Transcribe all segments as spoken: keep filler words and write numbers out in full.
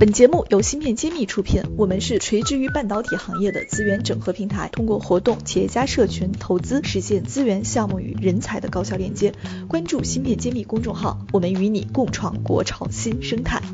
本节目由芯片揭秘出品，我们是垂直于半导体行业的资源整合平台，通过活动、企业家社群、投资，实现资源、项目与人才的高效链接。关注芯片揭秘公众号，我们与你共创国潮新生态。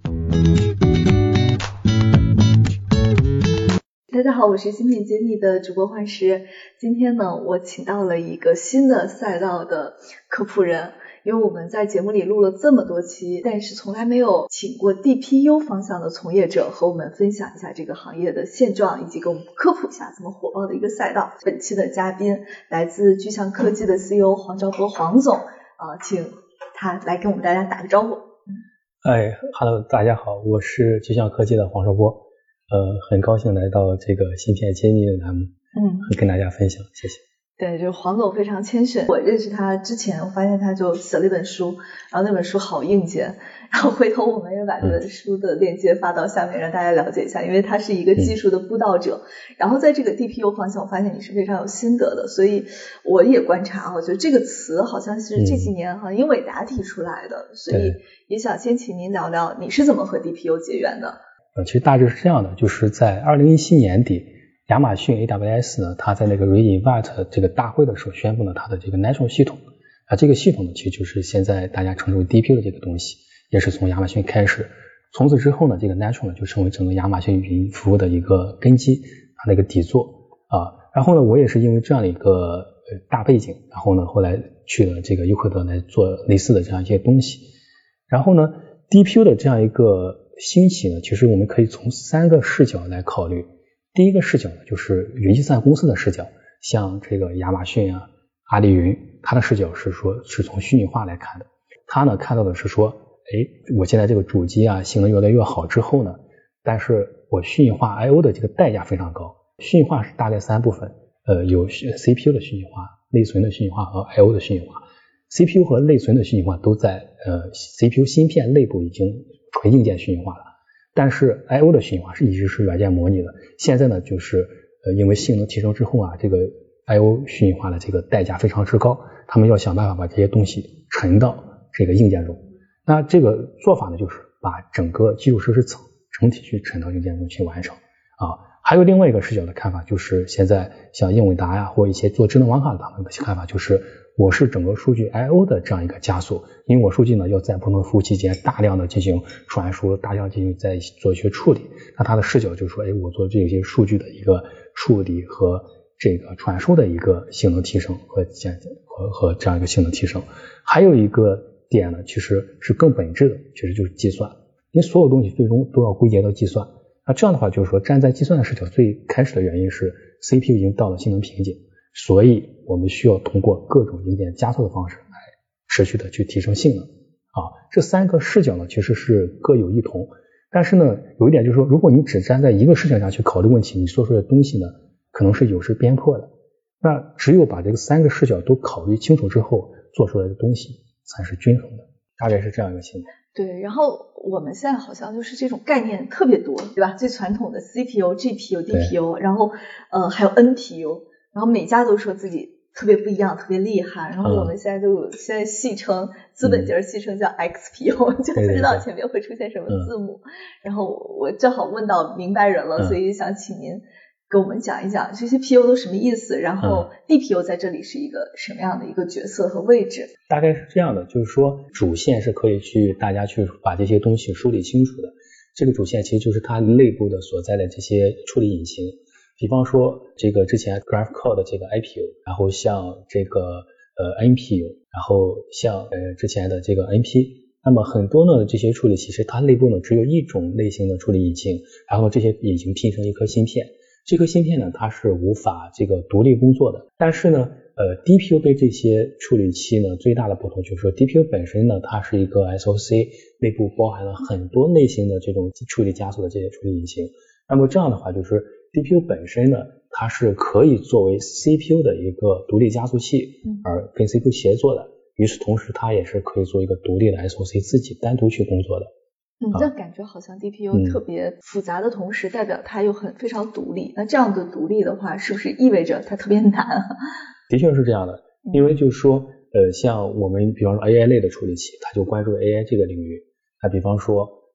大家好，我是芯片揭秘的主播幻石。今天呢，我请到了一个新的赛道的科普人。因为我们在节目里录了这么多期，但是从来没有请过 D P U 方向的从业者和我们分享一下这个行业的现状，以及给我们科普一下这么火爆的一个赛道。本期的嘉宾来自巨象科技的 C E O 黄昭波黄总，呃，请他来跟我们大家打个招呼。 哎 ，Hello， 大家好，我是巨象科技的黄昭波，呃，很高兴来到这个芯片揭秘的栏目，嗯，跟大家分享，谢谢。 对，就是黄总非常谦逊。我认识他之前，我发现他就写了一本书，然后那本书好硬件，然后回头我们也把这本书的链接发到下面，让大家了解一下，因为他是一个技术的布道者。然后在这个 D P U 方向，我发现你是非常有心得的，所以我也观察，我觉得这个词好像是这几年哈英伟达提出来的，所以也想先请您聊聊你是怎么和 D P U 结缘的。 呃，其实大致是这样的，就是在二零一七年底。亚马逊 A W S 呢，它在那个 Reinvent 这个大会的时候宣布了它的这个 Nitro 系统啊，这个系统呢其实就是现在大家称之为 D P U 的这个东西，也是从亚马逊开始。从此之后呢，这个 Nitro 呢就成为整个亚马逊云服务的一个根基，它的一个底座啊。然后呢，我也是因为这样的一个大背景，然后呢后来去了这个优客德来做类似的这样一些东西。然后呢 D P U 的这样一个兴起呢，其实我们可以从三个视角来考虑。第一个视角呢，就是云计算公司的视角，像这个亚马逊啊、阿里云，它的视角是说是从虚拟化来看的。它呢看到的是说，哎，我现在这个主机啊性能越来越好之后呢，但是我虚拟化 I O 的这个代价非常高。虚拟化是大概三部分，呃，有 C P U 的虚拟化、内存的虚拟化和 I O 的虚拟化。C P U 和内存的虚拟化都在呃 C P U 芯片内部已经纯硬件虚拟化了。但是 I O 的虚拟化是一直是软件模拟的，现在呢就是呃因为性能提升之后啊，这个 I O 虚拟化的这个代价非常之高，他们要想办法把这些东西沉到这个硬件中。那这个做法呢，就是把整个基础设施层整体去沉到硬件中去完成啊。还有另外一个视角的看法，就是现在像英伟达呀或一些做智能网卡的他们的看法，就是我是整个数据 I O 的这样一个加速，因为我数据呢要在不同服务器间大量的进行传输，大量进行在做一些处理。那他的视角就是说，哎，我做这些数据的一个处理和这个传输的一个性能提升和和和这样一个性能提升。还有一个点呢，其实是更本质的，其实就是计算，因为所有东西最终都要归结到计算。那这样的话，就是说站在计算的视角，最开始的原因是 C P U 已经到了性能瓶颈，所以我们需要通过各种硬件加速的方式来持续的去提升性能啊。这三个视角呢，其实是各有异同，但是呢，有一点就是说，如果你只站在一个视角下去考虑问题，你说出来的东西呢，可能是有失边颇的。那只有把这个三个视角都考虑清楚之后，做出来的东西才是均衡的，大概是这样一个情况。 对，然后我们现在好像就是这种概念特别多，对吧？最传统的 C P U、G P U、D P U， 然后呃还有 N P U， 然后每家都说自己特别不一样，特别厉害。然后我们现在都有、嗯、现在戏称资本家戏称叫 X P U， 就不知道前面会出现什么字母。嗯、然后我正好问到明白人了，嗯、所以想请您给我们讲一讲这些 P U 都什么意思，然后 D P U 在这里是一个什么样的一个角色和位置。 大概是这样的，就是说主线是可以去大家去把这些东西梳理清楚的。这个主线其实就是它内部的所在的这些处理引擎，比方说这个之前 GraphCore 的这个 I P U， 然后像这个呃 N P U， 然后像呃之前的这个 N P。那么很多呢这些处理其实它内部呢只有一种类型的处理引擎，然后这些引擎拼成一颗芯片。这颗芯片呢，它是无法这个独立工作的。但是呢，呃 ，D P U 对这些处理器呢，最大的不同就是说 ，D P U 本身呢，它是一个 S O C， 内部包含了很多类型的这种处理加速的这些处理引擎。那么这样的话，就是 D P U 本身呢，它是可以作为 C P U 的一个独立加速器，而跟 C P U 协作的。与此同时，它也是可以做一个独立的 S O C， 自己单独去工作的。 嗯，这感觉好像 D P U 特别复杂的同时，嗯、代表它又很非常独立。那这样的独立的话，是不是意味着它特别难？ 的确是这样的，因为就是说，呃，像我们比方说 A I 类的处理器，它就关注 A I 这个领域。那比方说，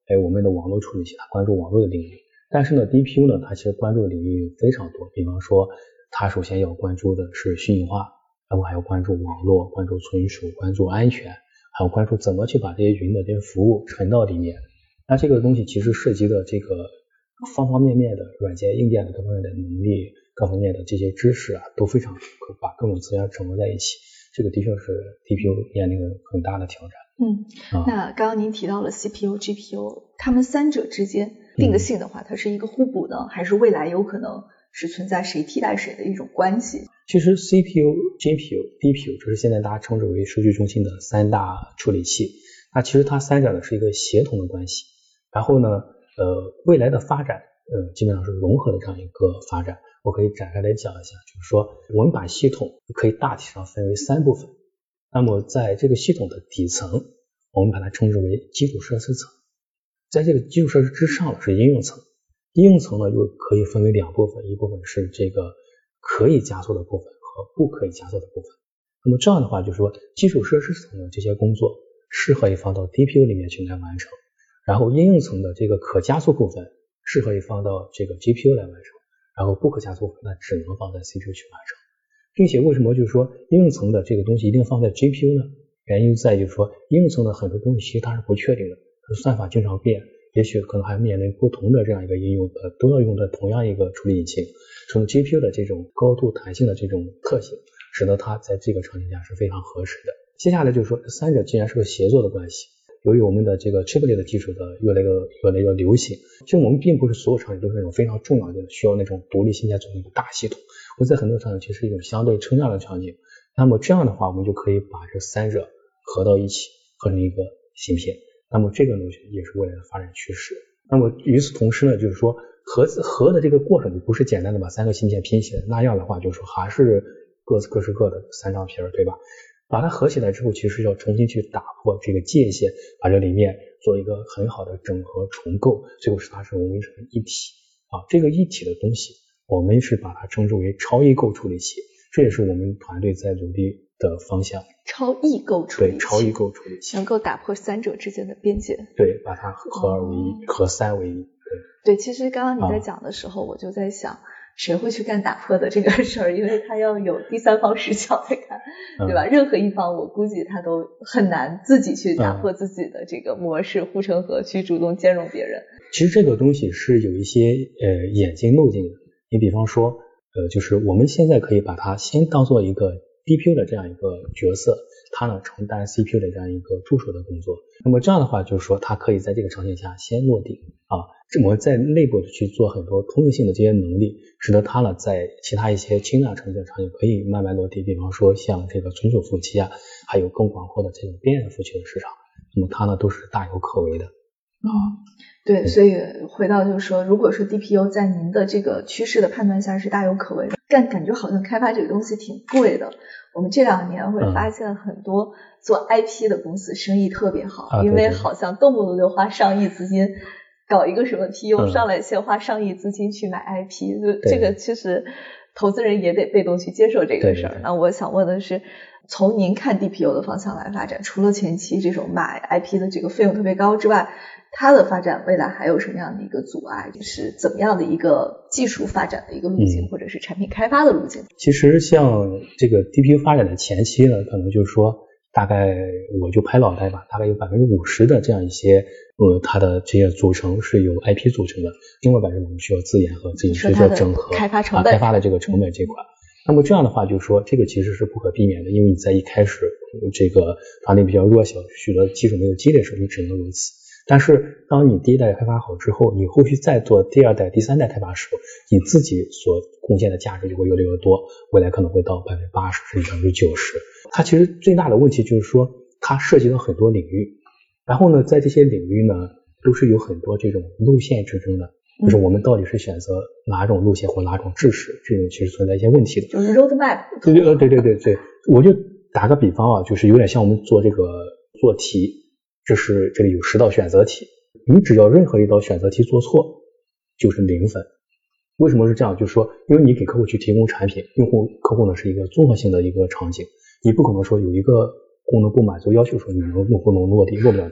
哎，我们的网络处理器它关注网络的领域，但是呢 D P U 呢它其实关注的领域非常多，比方说它首先要关注的是虚拟化，然后还要关注网络，关注存储，关注安全，还有关注怎么去把这些云的这些服务存到里面。那这个东西其实涉及的这个方方面面的软件硬件的各方面的能力，各方面的这些知识啊都非常把各种资源整合在一起，这个的确是 D P U 面临的很大的挑战。 嗯，啊、那刚刚您提到了 C P U、G P U， 它们三者之间定个性的话，嗯、它是一个互补呢，还是未来有可能是存在谁替代谁的一种关系？ 其实 C P U、G P U、D P U 这是现在大家称之为数据中心的三大处理器，那其实它三者呢是一个协同的关系。然后呢，呃，未来的发展，呃，基本上是融合的这样一个发展。我可以展开来讲一下，就是说，我们把系统可以大体上分为三部分。那么在这个系统的底层，我们把它称之为基础设施层。在这个基础设施之上是应用层，应用层呢又可以分为两部分，一部分是这个可以加速的部分和不可以加速的部分。那么这样的话，就是说，基础设施层的这些工作适合于放到 D P U 里面去来完成。然后应用层的这个可加速部分适合于放到这个 G P U 来完成，然后不可加速部分那只能放在 C P U 去完成。并且为什么就是说应用层的这个东西一定放在 G P U 呢？原因在于就是说应用层的很多东西其实它是不确定的，它的算法经常变，也许可能还面临不同的这样一个应用，呃，都要用的同样一个处理引擎。从 G P U 的这种高度弹性的这种特性，使得它在这个场景下是非常合适的。接下来就是说，三者既然是个协作的关系。由于我们的这个 chiplet 的技术的越来越越来越流行，其实我们并不是所有场景都是那种非常重要的需要那种独立芯片组成一个大系统，我在很多场景其实是一种相对称量的场景。那么这样的话，我们就可以把这三者合到一起，合成一个芯片。那么这个东西也是未来的发展趋势。那么与此同时呢，就是说合合的这个过程就不是简单的把三个芯片拼起来，那样的话就是说还是各各是各的三张皮儿，对吧？把它合起来之后，其实要重新去打破这个界限，把这里面做一个很好的整合重构，最后使它是融为成一体啊。这个一体的东西，我们是把它称之为超异构处理器，这也是我们团队在努力的方向。 超异构处理器， 对，超异构处理器能够打破三者之间的边界， 对，把它合二为一，合三为一。 对，对，其实刚刚你在讲的时候，啊、我就在想。谁会去干打破的这个事儿？因为他要有第三方视角在看，对吧？嗯、任何一方，我估计他都很难自己去打破自己的这个模式、嗯、护城河，去主动兼容别人。 其实这个东西是有一些呃演进路径的。你比方说，呃，就是我们现在可以把它先当做一个 D P U 的这样一个角色，它呢承担 C P U 的这样一个助手的工作。那么这样的话，就是说它可以在这个场景下先落地啊。我们在内部去做很多通用性的这些能力，使得它呢在其他一些轻量场景场景可以慢慢落地，比方说像这个存储服务器啊，还有更广阔的这种边缘服务器的市场，那么它呢都是大有可为的。 哦，对，所以回到就是说，如果说 D P U 在您的这个趋势的判断下是大有可为的，但感觉好像开发这个东西挺贵的。我们这两年会发现很多做 I P 的公司生意特别好， 嗯、 因为好像动不动就花上亿资金搞一个什么 P U，、嗯、上来先花上亿资金去买 I P， 就这个其实投资人也得被动去接受这个事儿。那我想问的是，从您看 D P U 的方向来发展，除了前期这种买 I P 的这个费用特别高之外，它的发展未来还有什么样的一个阻碍？就是怎么样的一个技术发展的一个路径，嗯、或者是产品开发的路径？ 其实像这个 D P U 发展的前期呢，可能就是说大概我就拍脑袋吧，大概有 百分之五十 的这样一些呃它的这些组成是由 I P 组成的，另外 百分之五十 需要资源和自己去做整合， 开发成本、 啊、开发的这个成本这块。嗯、那么这样的话就是说这个其实是不可避免的，因为你在一开始这个团队比较弱小，许多技术没有积累的时候，你只能如此。但是当你第一代开发好之后，你后续再做第二代、第三代开发时候，你自己所贡献的价值就会越来越多，未来可能会到 百分之八十 甚至 百分之九十。它其实最大的问题就是说它涉及到很多领域，然后呢在这些领域呢都是有很多这种路线之争的，就是我们到底是选择哪种路线或哪种制式，这种其实存在一些问题的， 就是 roadmap。 对对对对对对，我就打个比方啊，就是有点像我们做这个做题，就是这里有十道选择题，你只要任何一道选择题做错就是零分。为什么是这样？就是说因为你给客户去提供产品，用户客户呢是一个综合性的一个场景，你不可能说有一个功能不满足要求说你能用户能落地落不了地，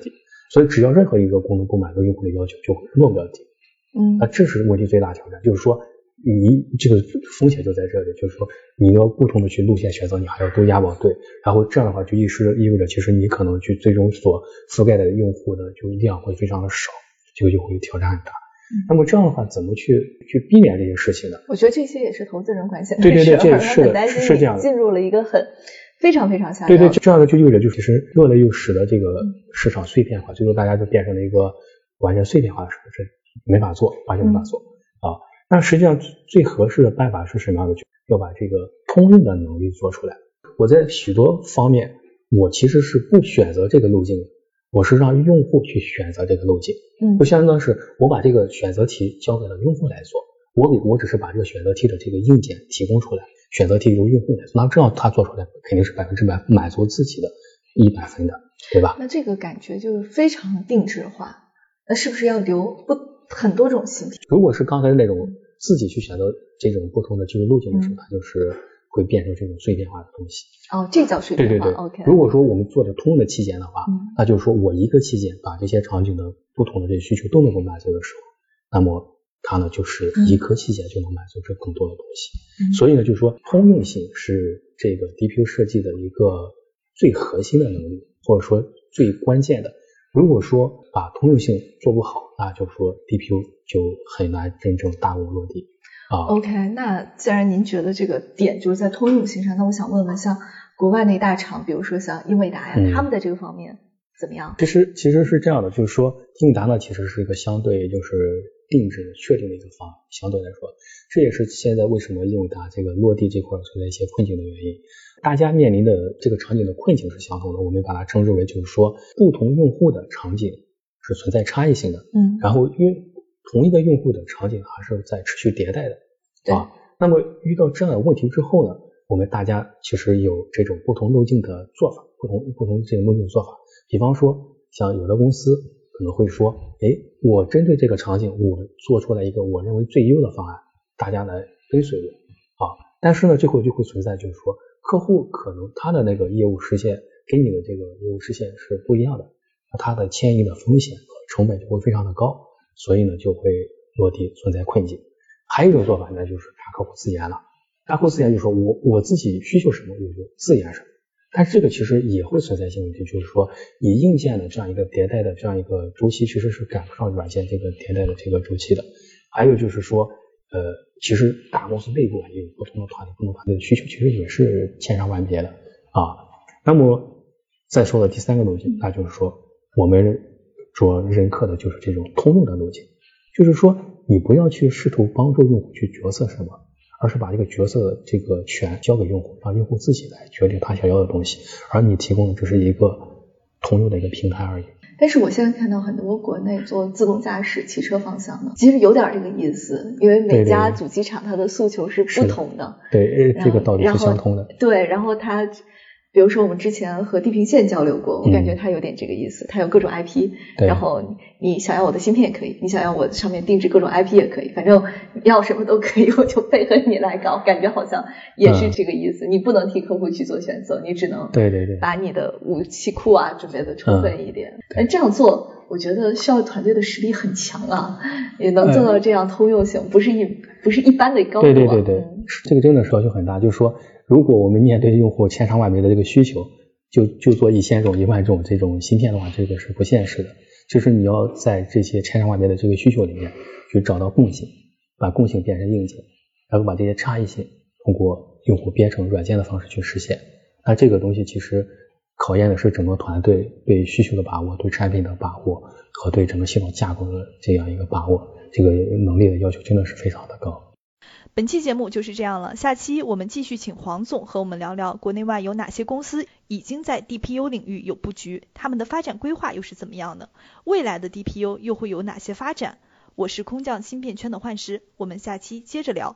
所以只要任何一个功能不满足用户的要求，就会落标题。 嗯， 那这是问题最大挑战，就是说你这个风险就在这里，就是说你要不同的去路线选择，你还要都押宝对，然后这样的话就意识意味着其实你可能去最终所覆盖的用户的就量会非常的少，这个就会挑战很大。那么这样的话怎么去去避免这些事情呢？ 我觉得这些也是投资人关心的事。对对对，这是的，是是这样的。 进入了一个很非常非常下对对，这样的就意味着就其实落了又使得这个市场碎片化，最后大家就变成了一个完全碎片化的市场，是没法做，完全没法做、嗯、啊。那实际上最合适的办法是什么样的？就要把这个通用的能力做出来。我在许多方面，我其实是不选择这个路径的。我是让用户去选择这个路径， 嗯， 就相当于是我把这个选择题交给了用户来做，我给我只是把这个选择题的这个硬件提供出来，选择题由用户来做，那这样他做出来肯定是百分之百满足自己的一百分的，对吧？ 那这个感觉就是非常定制化，那是不是要留不很多种芯片？ 如果是刚才那种自己去选择这种不同的技术路径的时候，它、嗯、就是会变成这种碎片化的东西。 哦，这叫碎片化。 对对对 ，OK。 如果说我们做的通用的器件的话、 嗯， 那就是说我一个器件把这些场景的不同的这些需求都能够满足的时候，那么它呢就是一颗器件就能满足这更多的东西。嗯、所以呢，就是说通用性是这个 D P U 设计的一个最核心的能力，或者说最关键的。如果说把通用性做不好，那就是说 D P U 就很难真正大规模落地。啊、 OK， 那既然您觉得这个点就是在通用性上，那我想问问，像国外那大厂，比如说像英伟达呀、嗯，他们在这个方面怎么样？ 其实其实是这样的，就是说英伟达呢其实是一个相对就是定制确定的一个方案，相对来说，这也是现在为什么英伟达这个落地这块存在一些困境的原因。大家面临的这个场景的困境是相同的，我们把它称之为就是说不同用户的场景是存在差异性的， 嗯， 然后因为同一个用户的场景还是在持续迭代的，啊，那么遇到这样的问题之后呢，我们大家其实有这种不同路径的做法，不同不同这个路径的做法。比方说，像有的公司可能会说，哎，我针对这个场景，我做出来一个我认为最优的方案，大家来跟随我，啊，但是呢，最后就会存在就是说，客户可能他的那个业务实现跟你的这个业务实现是不一样的，那他的迁移的风险和成本就会非常的高。所以呢，就会落地存在困境。还有一种做法呢，就是大客户自研了。大客户自研就是说我我自己需求什么，我就自研什么。但是这个其实也会存在一些问题，就是说你硬件的这样一个迭代的这样一个周期，其实是赶不上软件这个迭代的这个周期的。还有就是说，呃，其实大公司内部也有不同的团队、不同团队的需求，其实也是千差万别的啊。那么再说的第三个路径，那就是说我们说认可的就是这种通用的路径，就是说你不要去试图帮助用户去决策什么，而是把这个决策这个权交给用户，让用户自己来决定他想要的东西，而你提供的只是一个通用的一个平台而已。 但是我现在看到很多国内做自动驾驶汽车方向的，其实有点这个意思，因为每家主机厂它的诉求是不同的。 对，对这个道理是相通的。 对，然后它比如说我们之前和地平线交流过，我感觉它有点这个意思，它有各种 I P， 然后你想要我的芯片也可以，你想要我上面定制各种 I P 也可以，反正要什么都可以，我就配合你来搞，感觉好像也是这个意思、嗯、你不能替客户去做选择，你只能对对对把你的武器库啊准备的充分一点。那、嗯、这样做我觉得需要团队的实力很强啊，也能做到这样通用性，嗯、不是一不是一般的高度、啊、 对对对对、嗯、这个真的是要求很大，就是说如果我们面对用户千差万别的这个需求，就就做一千种一万种这种芯片的话，这个是不现实的。就是你要在这些千差万别的这个需求里面去找到共性，把共性变成硬件，然后把这些差异性通过用户编程软件的方式去实现。那这个东西其实考验的是整个团队对需求的把握，对产品的把握和对整个系统架构的这样一个把握，这个能力的要求真的是非常的高。 本期节目就是这样了，下期我们继续请黄总和我们聊聊国内外有哪些公司已经在 D P U 领域有布局，他们的发展规划又是怎么样的，未来的 D P U 又会有哪些发展。我是空降芯片圈的幻石，我们下期接着聊。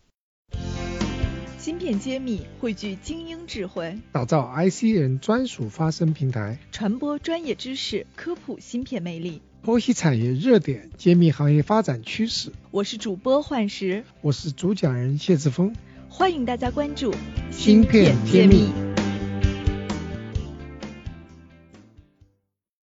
芯片揭秘，汇聚精英智慧， 打造 I C 人专属发声平台， 传播专业知识，科普芯片魅力， 剖析产业热点，揭秘行业发展趋势。 我是主播幻石， 我是主讲人谢志峰， 欢迎大家关注芯片揭秘。